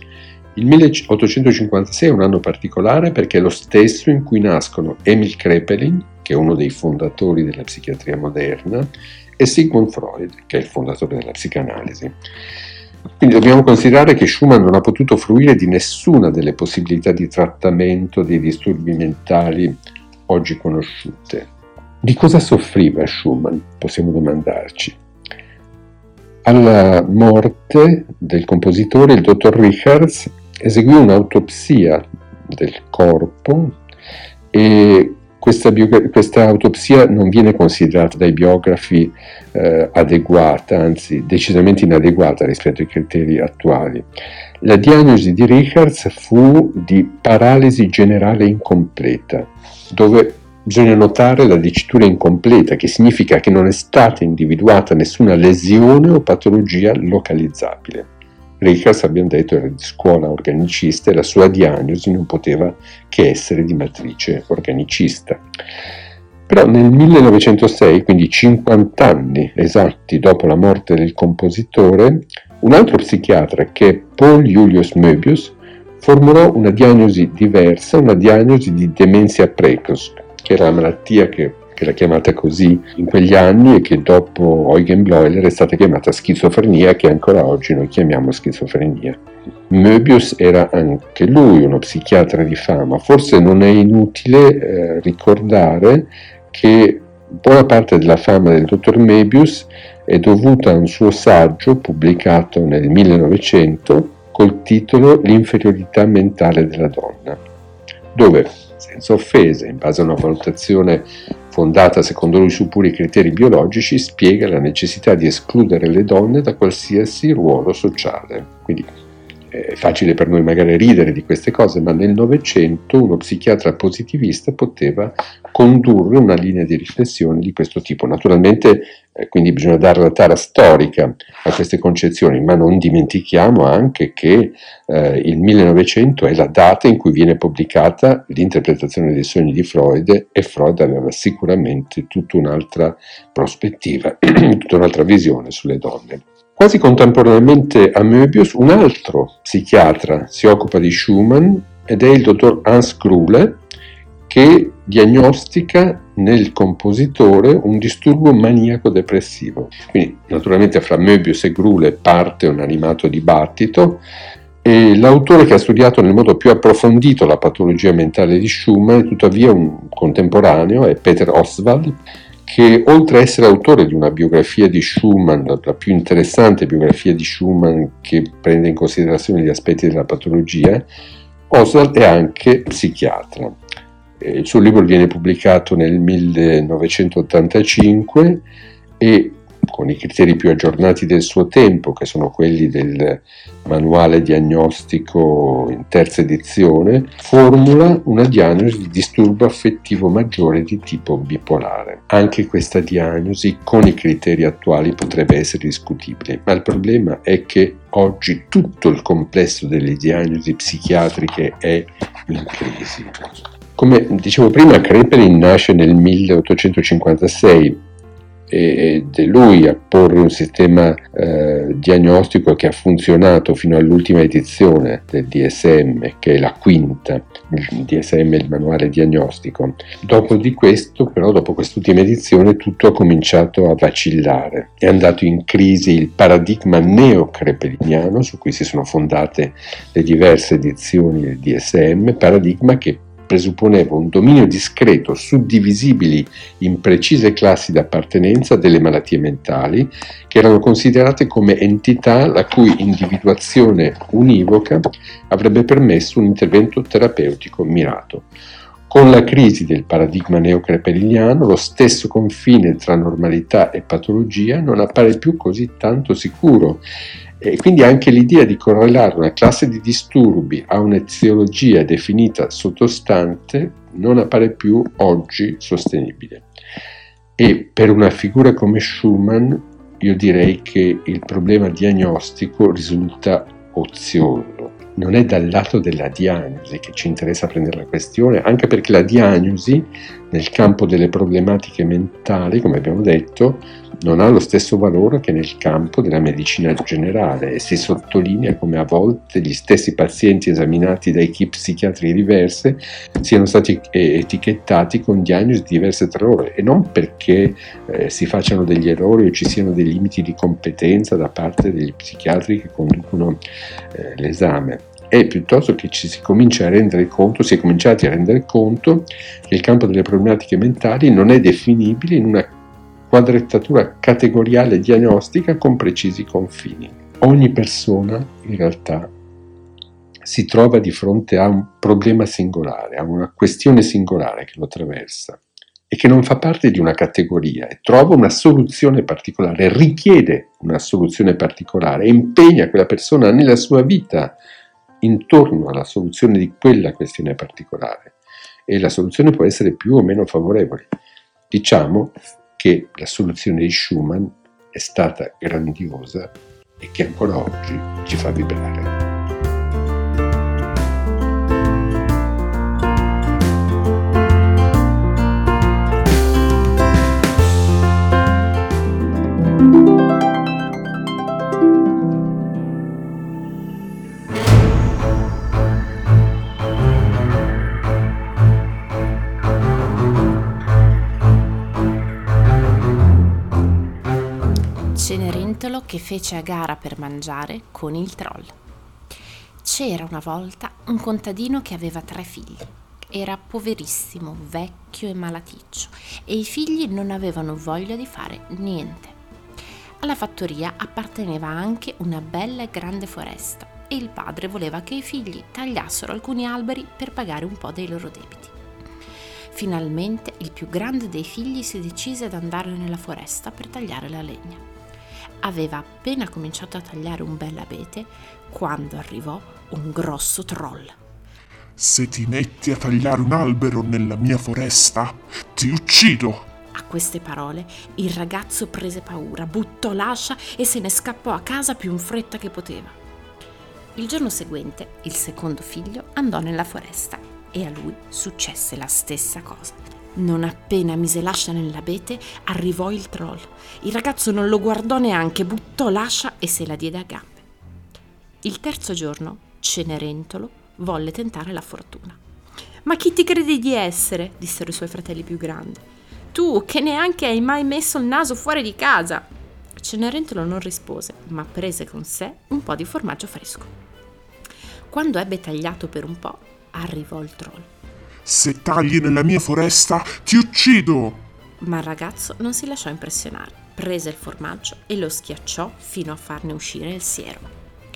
[SPEAKER 1] Il milleottocentocinquantasei è un anno particolare perché è lo stesso in cui nascono Emil Kraepelin, che è uno dei fondatori della psichiatria moderna, e Sigmund Freud, che è il fondatore della psicanalisi. Quindi dobbiamo considerare che Schumann non ha potuto fruire di nessuna delle possibilità di trattamento dei disturbi mentali oggi conosciute. Di cosa soffriva Schumann? Possiamo domandarci. Alla morte del compositore, il dottor Richards eseguì un'autopsia del corpo e questa, biogra- questa autopsia non viene considerata dai biografi eh, adeguata, anzi decisamente inadeguata rispetto ai criteri attuali. La diagnosi di Richards fu di paralisi generale incompleta, dove bisogna notare la dicitura incompleta, che significa che non è stata individuata nessuna lesione o patologia localizzabile. Richards, abbiamo detto, era di scuola organicista e la sua diagnosi non poteva che essere di matrice organicista. Però nel millenovecentosei, quindi cinquanta anni esatti dopo la morte del compositore, un altro psichiatra, che è Paul Julius Möbius, formulò una diagnosi diversa, una diagnosi di dementia precoce, che era la malattia che, che era chiamata così in quegli anni e che dopo Eugen Bleuler è stata chiamata schizofrenia, che ancora oggi noi chiamiamo schizofrenia. Möbius era anche lui uno psichiatra di fama. Forse non è inutile eh, ricordare che buona parte della fama del dottor Möbius è dovuta a un suo saggio pubblicato nel millenovecento col titolo L'inferiorità mentale della donna, dove, senza offese, in base a una valutazione fondata secondo lui su puri criteri biologici, spiega la necessità di escludere le donne da qualsiasi ruolo sociale. Quindi è facile per noi magari ridere di queste cose, ma nel Novecento uno psichiatra positivista poteva condurre una linea di riflessione di questo tipo. Naturalmente eh, quindi bisogna dare la tara storica a queste concezioni, ma non dimentichiamo anche che eh, il millenovecento è la data in cui viene pubblicata l'interpretazione dei sogni di Freud, e Freud aveva sicuramente tutta un'altra prospettiva, tutta un'altra visione sulle donne. Quasi contemporaneamente a Möbius, un altro psichiatra si occupa di Schumann ed è il dottor Hans Gruhle, che diagnostica nel compositore un disturbo maniaco-depressivo. Quindi naturalmente fra Möbius e Gruhle parte un animato dibattito e l'autore che ha studiato nel modo più approfondito la patologia mentale di Schumann, tuttavia un contemporaneo, è Peter Oswald, che oltre a essere autore di una biografia di Schumann, la più interessante biografia di Schumann che prende in considerazione gli aspetti della patologia, Oswald è anche psichiatra. Eh, il suo libro viene pubblicato nel millenovecentottantacinque e con i criteri più aggiornati del suo tempo, che sono quelli del manuale diagnostico in terza edizione, formula una diagnosi di disturbo affettivo maggiore di tipo bipolare. Anche questa diagnosi, con i criteri attuali, potrebbe essere discutibile, ma il problema è che oggi tutto il complesso delle diagnosi psichiatriche è in crisi. Come dicevo prima, Kraepelin nasce nel milleottocentocinquantasei ed è lui a porre un sistema eh, diagnostico che ha funzionato fino all'ultima edizione del D S M, che è la quinta. Il D S M è il manuale diagnostico. Dopo di questo, però, dopo quest'ultima edizione, tutto ha cominciato a vacillare. È andato in crisi il paradigma neo-kraepeliniano, su cui si sono fondate le diverse edizioni del D S M, paradigma che presupponeva un dominio discreto, suddivisibili in precise classi d'appartenenza delle malattie mentali, che erano considerate come entità la cui individuazione univoca avrebbe permesso un intervento terapeutico mirato. Con la crisi del paradigma neo-kraepeliniano, lo stesso confine tra normalità e patologia non appare più così tanto sicuro, e quindi anche l'idea di correlare una classe di disturbi a un'eziologia definita sottostante non appare più oggi sostenibile. E per una figura come Schumann io direi che il problema diagnostico risulta ozioso. Non è dal lato della diagnosi che ci interessa prendere la questione, anche perché la diagnosi nel campo delle problematiche mentali, come abbiamo detto, non ha lo stesso valore che nel campo della medicina generale e si sottolinea come a volte gli stessi pazienti esaminati da equip psichiatriche diverse siano stati etichettati con diagnosi diverse tra loro, e non perché eh, si facciano degli errori o ci siano dei limiti di competenza da parte degli psichiatri che conducono eh, l'esame. È piuttosto che ci si comincia a rendere conto, si è cominciati a rendere conto che il campo delle problematiche mentali non è definibile in una quadrettatura categoriale diagnostica con precisi confini. Ogni persona in realtà si trova di fronte a un problema singolare, a una questione singolare che lo attraversa e che non fa parte di una categoria e trova una soluzione particolare, richiede una soluzione particolare e impegna quella persona nella sua vita intorno alla soluzione di quella questione particolare, e la soluzione può essere più o meno favorevole. Diciamo che la soluzione di Schumann è stata grandiosa e che ancora oggi ci fa vibrare.
[SPEAKER 2] Cenerentolo che fece a gara per mangiare con il troll. C'era una volta un contadino che aveva tre figli. Era poverissimo, vecchio e malaticcio, e i figli non avevano voglia di fare niente. Alla fattoria apparteneva anche una bella e grande foresta, e il padre voleva che i figli tagliassero alcuni alberi per pagare un po' dei loro debiti. Finalmente il più grande dei figli si decise ad andare nella foresta per tagliare la legna. Aveva appena cominciato a tagliare un bel abete quando arrivò un grosso troll.
[SPEAKER 6] Se ti metti a tagliare un albero nella mia foresta, ti uccido!
[SPEAKER 2] A queste parole il ragazzo prese paura, buttò l'ascia e se ne scappò a casa più in fretta che poteva. Il giorno seguente il secondo figlio andò nella foresta e a lui successe la stessa cosa. Non appena mise l'ascia nell'abete, arrivò il troll. Il ragazzo non lo guardò neanche, buttò l'ascia e se la diede a gambe. Il terzo giorno, Cenerentolo volle tentare la fortuna. «Ma chi ti credi di essere?» dissero i suoi fratelli più grandi. «Tu, che neanche hai mai messo il naso fuori di casa!» Cenerentolo non rispose, ma prese con sé un po' di formaggio fresco. Quando ebbe tagliato per un po', arrivò il troll.
[SPEAKER 6] Se tagli nella mia foresta, ti uccido!
[SPEAKER 2] Ma il ragazzo non si lasciò impressionare. Prese il formaggio e lo schiacciò fino a farne uscire il siero.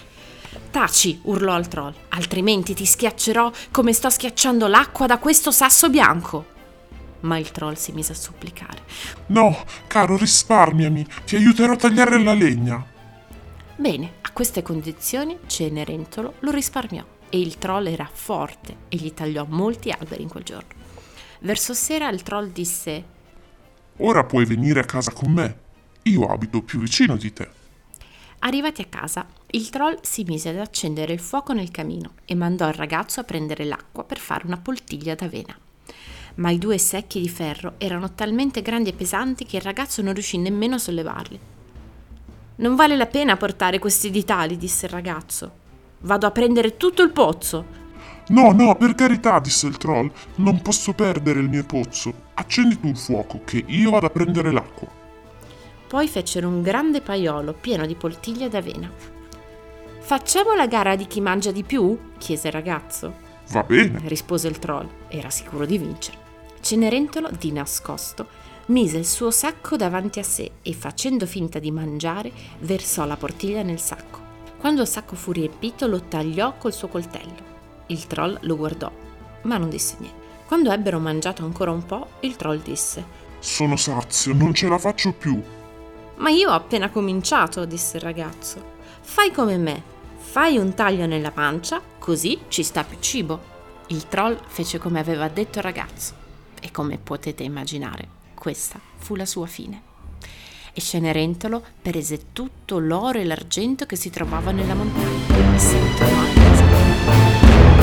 [SPEAKER 2] Taci, urlò al troll, altrimenti ti schiaccerò come sto schiacciando l'acqua da questo sasso bianco. Ma il troll si mise a supplicare.
[SPEAKER 6] No, caro, risparmiami, ti aiuterò a tagliare la legna.
[SPEAKER 2] Bene, a queste condizioni Cenerentolo lo risparmiò e il troll era forte e gli tagliò molti alberi in quel giorno. Verso sera il troll disse:
[SPEAKER 6] Ora puoi venire a casa con me, io abito più vicino di te.
[SPEAKER 2] Arrivati a casa, il troll si mise ad accendere il fuoco nel camino e mandò il ragazzo a prendere l'acqua per fare una poltiglia d'avena. Ma i due secchi di ferro erano talmente grandi e pesanti che il ragazzo non riuscì nemmeno a sollevarli. Non vale la pena portare questi ditali, disse il ragazzo. Vado a prendere tutto il pozzo.
[SPEAKER 6] No, no, per carità, disse il troll, non posso perdere il mio pozzo. Accendi tu il fuoco, che io vado a prendere l'acqua.
[SPEAKER 2] Poi fecero un grande paiolo pieno di poltiglie d'avena. Facciamo la gara di chi mangia di più? Chiese il ragazzo.
[SPEAKER 6] Va bene,
[SPEAKER 2] rispose il troll, era sicuro di vincere. Cenerentolo, di nascosto, mise il suo sacco davanti a sé e, facendo finta di mangiare, versò la poltiglia nel sacco. Quando il sacco fu riempito, lo tagliò col suo coltello. Il troll lo guardò, ma non disse niente. Quando ebbero mangiato ancora un po', il troll disse:
[SPEAKER 6] sono sazio, non ce la faccio più.
[SPEAKER 2] Ma io ho appena cominciato, disse il ragazzo. Fai come me, fai un taglio nella pancia, così ci sta più cibo. Il troll fece come aveva detto il ragazzo e, come potete immaginare, questa fu la sua fine. E Cenerentolo prese tutto l'oro e l'argento che si trovava nella montagna e se ne tornò a casa.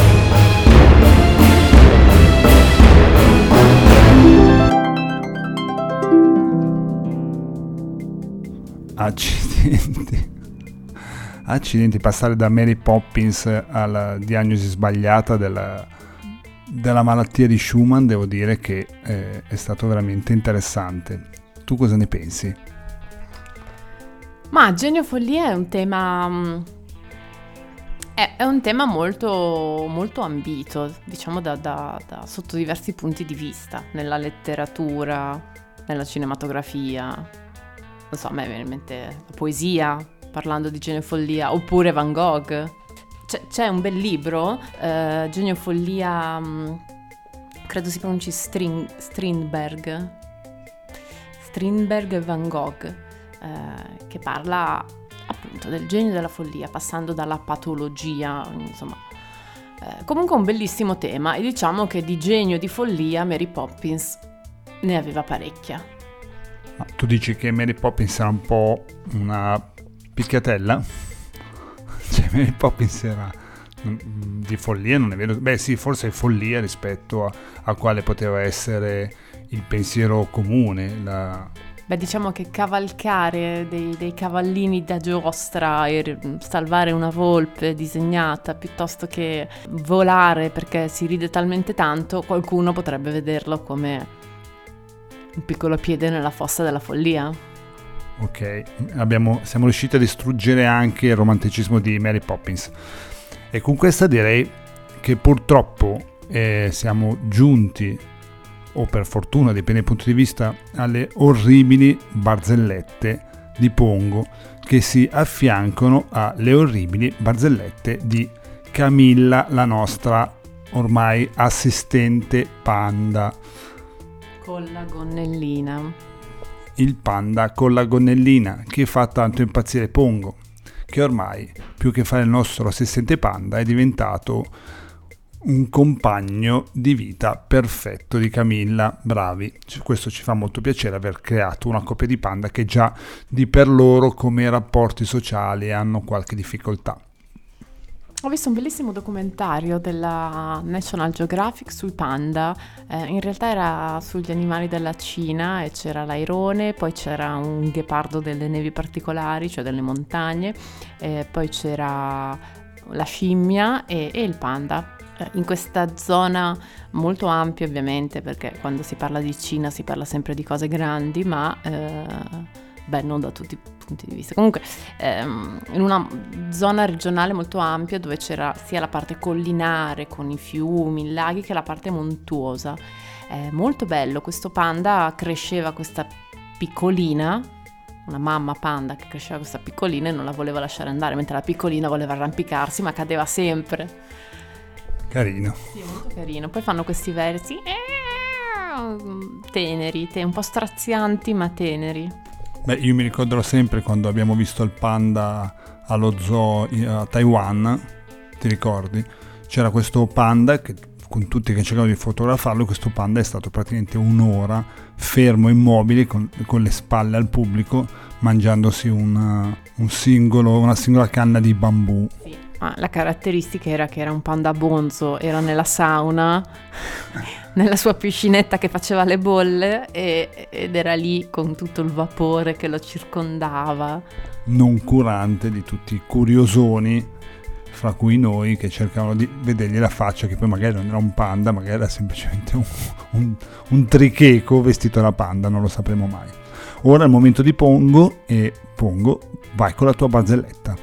[SPEAKER 3] Accidenti. Accidenti, passare da Mary Poppins alla diagnosi sbagliata della, della malattia di Schumann, devo dire che eh, è stato veramente interessante. Tu cosa ne pensi?
[SPEAKER 2] Ma genio follia è un tema è, è un tema molto molto ambito, diciamo da, da, da sotto diversi punti di vista, nella letteratura, nella cinematografia. Non so, a me viene in mente la poesia, parlando di genio follia, oppure Van Gogh. C'è, c'è un bel libro, eh, Genio follia, mh, credo si pronunci String, Strindberg, Strindberg e Van Gogh, eh, che parla appunto del genio della follia, passando dalla patologia, insomma. Eh, comunque un bellissimo tema, e diciamo che di genio di follia Mary Poppins ne aveva parecchia.
[SPEAKER 3] Ma tu dici che Mary Poppins era un po' una picchiatella? Cioè Mary Poppins era di follia, non è vero? Beh sì, forse è follia rispetto a, a quale poteva essere il pensiero comune. La...
[SPEAKER 2] Beh, diciamo che cavalcare dei, dei cavallini da giostra e salvare una volpe disegnata piuttosto che volare perché si ride talmente tanto, qualcuno potrebbe vederlo come un piccolo piede nella fossa della follia.
[SPEAKER 3] Ok, abbiamo, siamo riusciti a distruggere anche il romanticismo di Mary Poppins. E con questa direi che purtroppo eh, siamo giunti, o per fortuna, dipende dal punto di vista, alle orribili barzellette di Pongo che si affiancano alle orribili barzellette di Camilla, la nostra ormai assistente panda.
[SPEAKER 2] Con la gonnellina.
[SPEAKER 3] Il panda con la gonnellina che fa tanto impazzire Pongo, che ormai, più che fare il nostro assistente panda, è diventato un compagno di vita perfetto di Camilla. Bravi, questo ci fa molto piacere, aver creato una coppia di panda che già di per loro come rapporti sociali hanno qualche difficoltà.
[SPEAKER 2] Ho visto un bellissimo documentario della National Geographic sui panda, eh, in realtà era sugli animali della Cina e c'era l'airone, poi c'era un ghepardo delle nevi particolari, cioè delle montagne, eh, poi c'era la scimmia e, e il panda. Eh, in questa zona molto ampia ovviamente, perché quando si parla di Cina si parla sempre di cose grandi, ma eh, beh, non da tutti i punti di vista. Comunque ehm, in una zona regionale molto ampia dove c'era sia la parte collinare con i fiumi, i laghi, che la parte montuosa. Eh, molto bello, questo panda cresceva questa piccolina una mamma panda che cresceva questa piccolina e non la voleva lasciare andare, mentre la piccolina voleva arrampicarsi ma cadeva sempre.
[SPEAKER 3] Carino.
[SPEAKER 2] Sì, molto carino. Poi fanno questi versi teneri, te- un po' strazianti ma teneri.
[SPEAKER 3] Beh, io mi ricorderò sempre quando abbiamo visto il panda allo zoo a Taiwan, ti ricordi? C'era questo panda che con tutti che cercavano di fotografarlo, questo panda è stato praticamente un'ora fermo immobile con, con le spalle al pubblico, mangiandosi una, un singolo, una singola canna di bambù.
[SPEAKER 2] Sì. Ah, la caratteristica era che era un panda bonzo, era nella sauna, nella sua piscinetta che faceva le bolle e, ed era lì con tutto il vapore che lo circondava. Non
[SPEAKER 3] curante di tutti i curiosoni, fra cui noi, che cercavano di vedergli la faccia, che poi magari non era un panda, magari era semplicemente un, un, un tricheco vestito da panda, non lo sapremo mai. Ora è il momento di Pongo, e Pongo, vai con la tua barzelletta.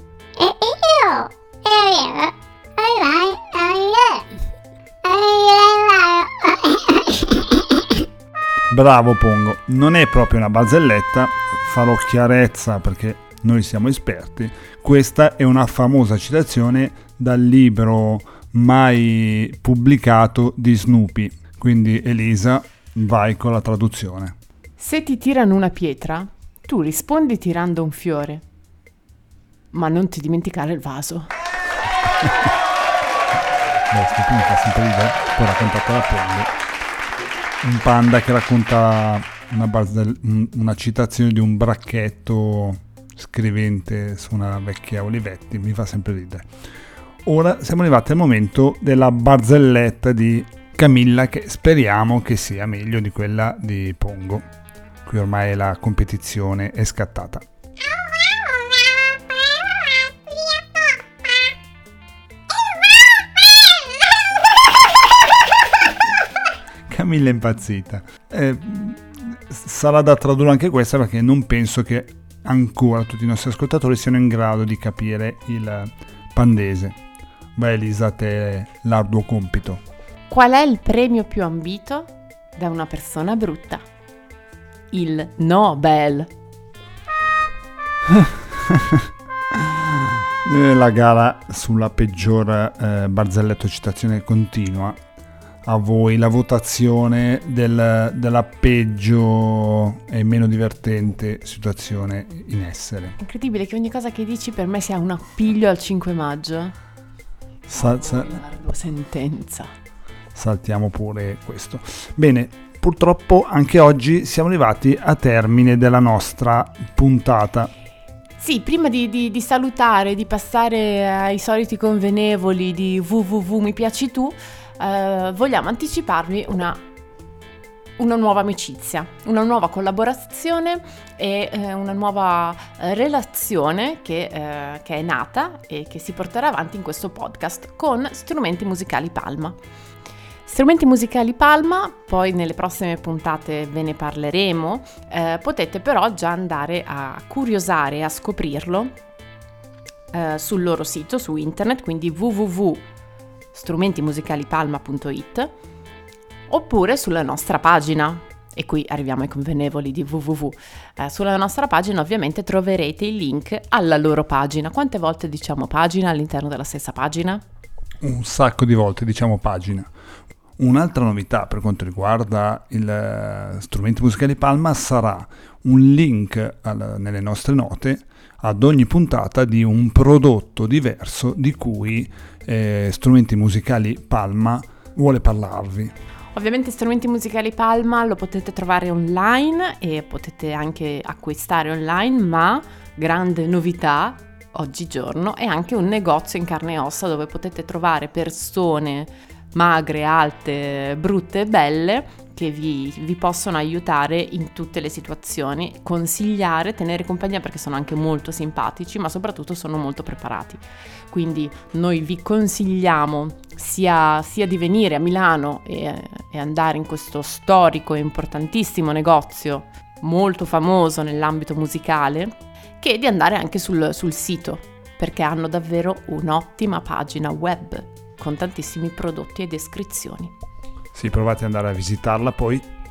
[SPEAKER 3] Bravo Pongo, non è proprio una barzelletta, farò chiarezza perché noi siamo esperti. Questa è una famosa citazione dal libro mai pubblicato di Snoopy. Quindi Elisa, vai con la traduzione.
[SPEAKER 2] Se ti tirano una pietra, tu rispondi tirando un fiore, ma non ti dimenticare il vaso.
[SPEAKER 3] Beh, Snoopy mi fa sempre ridere, poi raccontato da Pongo. Un panda che racconta una, barzell- una citazione di un bracchetto scrivente su una vecchia Olivetti, mi fa sempre ridere. Ora siamo arrivati al momento della barzelletta di Camilla, che speriamo che sia meglio di quella di Pongo. Qui ormai la competizione è scattata. Camilla è impazzita. Eh, sarà da tradurre anche questa, perché non penso che ancora tutti i nostri ascoltatori siano in grado di capire il pandese. Beh, Elisa, te l'arduo compito.
[SPEAKER 2] Qual è il premio più ambito da una persona brutta? Il Nobel.
[SPEAKER 3] La gara sulla peggior eh, barzelletto citazione continua. A voi la votazione del, della peggio e meno divertente situazione in essere.
[SPEAKER 2] Incredibile che ogni cosa che dici per me sia un appiglio al cinque maggio.
[SPEAKER 3] Sa- sa-
[SPEAKER 2] sentenza.
[SPEAKER 3] Saltiamo pure questo. Bene, purtroppo anche oggi siamo arrivati a termine della nostra puntata.
[SPEAKER 2] Sì, prima di, di, di salutare, di passare ai soliti convenevoli di www mi piaci tu, Uh, vogliamo anticiparvi una, una nuova amicizia, una nuova collaborazione e uh, una nuova uh, relazione che, uh, che è nata e che si porterà avanti in questo podcast con Strumenti Musicali Palma. Strumenti Musicali Palma, poi nelle prossime puntate ve ne parleremo, uh, potete però già andare a curiosare e a scoprirlo uh, sul loro sito, su internet, quindi www punto strumenti musicali palma punto it, oppure sulla nostra pagina, e qui arriviamo ai convenevoli di www. Eh, sulla nostra pagina ovviamente troverete il link alla loro pagina. Quante volte diciamo pagina all'interno della stessa pagina?
[SPEAKER 3] Un sacco di volte diciamo pagina. Un'altra novità per quanto riguarda il uh, Strumenti Musicali Palma sarà un link al, nelle nostre note ad ogni puntata di un prodotto diverso di cui eh, Strumenti Musicali Palma vuole parlarvi.
[SPEAKER 2] Ovviamente Strumenti Musicali Palma lo potete trovare online e potete anche acquistare online, ma grande novità oggigiorno è anche un negozio in carne e ossa dove potete trovare persone magre, alte, brutte e belle che vi, vi possono aiutare in tutte le situazioni, consigliare, tenere compagnia, perché sono anche molto simpatici, ma soprattutto sono molto preparati. Quindi noi vi consigliamo sia, sia di venire a Milano e, e andare in questo storico e importantissimo negozio molto famoso nell'ambito musicale, che di andare anche sul, sul sito, perché hanno davvero un'ottima pagina web con tantissimi prodotti e descrizioni.
[SPEAKER 3] Sì, provate ad andare a visitarla, poi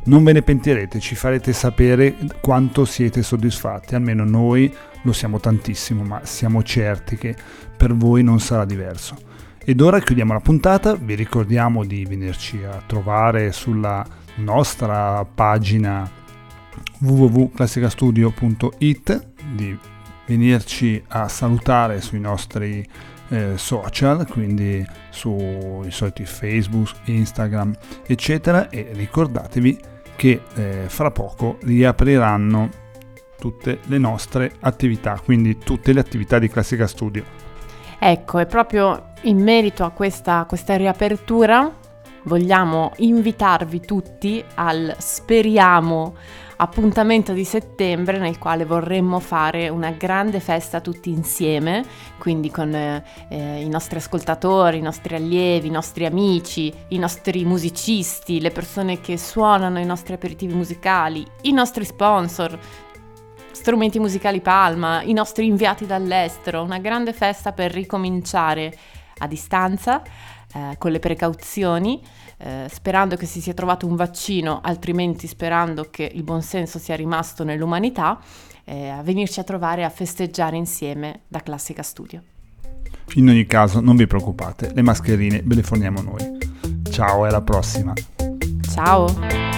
[SPEAKER 3] Non ve ne pentirete, ci farete sapere quanto siete soddisfatti, almeno noi lo siamo tantissimo, ma siamo certi che per voi non sarà diverso. Ed ora chiudiamo la puntata, vi ricordiamo di venirci a trovare sulla nostra pagina w w w punto classicastudio punto i t, di venirci a salutare sui nostri eh, social, quindi sui soliti Facebook, Instagram, eccetera, e ricordatevi che eh, fra poco riapriranno tutte le nostre attività, quindi tutte le attività di Classica Studio.
[SPEAKER 2] Ecco, e proprio in merito a questa, questa riapertura vogliamo invitarvi tutti al, speriamo, appuntamento di settembre, nel quale vorremmo fare una grande festa tutti insieme, quindi con eh, i nostri ascoltatori, i nostri allievi, i nostri amici, i nostri musicisti, le persone che suonano i nostri aperitivi musicali, i nostri sponsor, strumenti musicali Palma, i nostri inviati dall'estero, una grande festa per ricominciare a distanza, eh, con le precauzioni, eh, sperando che si sia trovato un vaccino, altrimenti sperando che il buonsenso sia rimasto nell'umanità, eh, a venirci a trovare a festeggiare insieme da Classica Studio.
[SPEAKER 3] In ogni caso non vi preoccupate, le mascherine ve le forniamo noi. Ciao e alla prossima.
[SPEAKER 2] Ciao!